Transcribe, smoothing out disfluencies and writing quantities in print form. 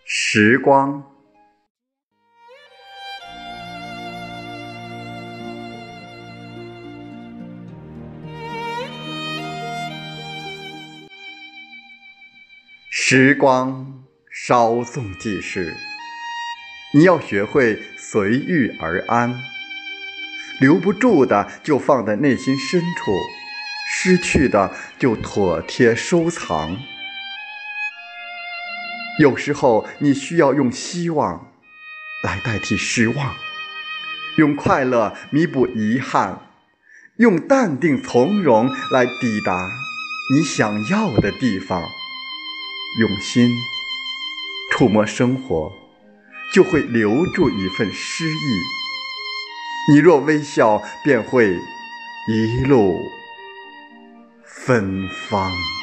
时光，时光稍纵即逝，你要学会随遇而安，留不住的就放在内心深处，失去的就妥帖收藏。有时候你需要用希望来代替失望，用快乐弥补遗憾，用淡定从容来抵达你想要的地方。用心触摸生活，就会留住一份诗意。你若微笑，便会一路芬芳。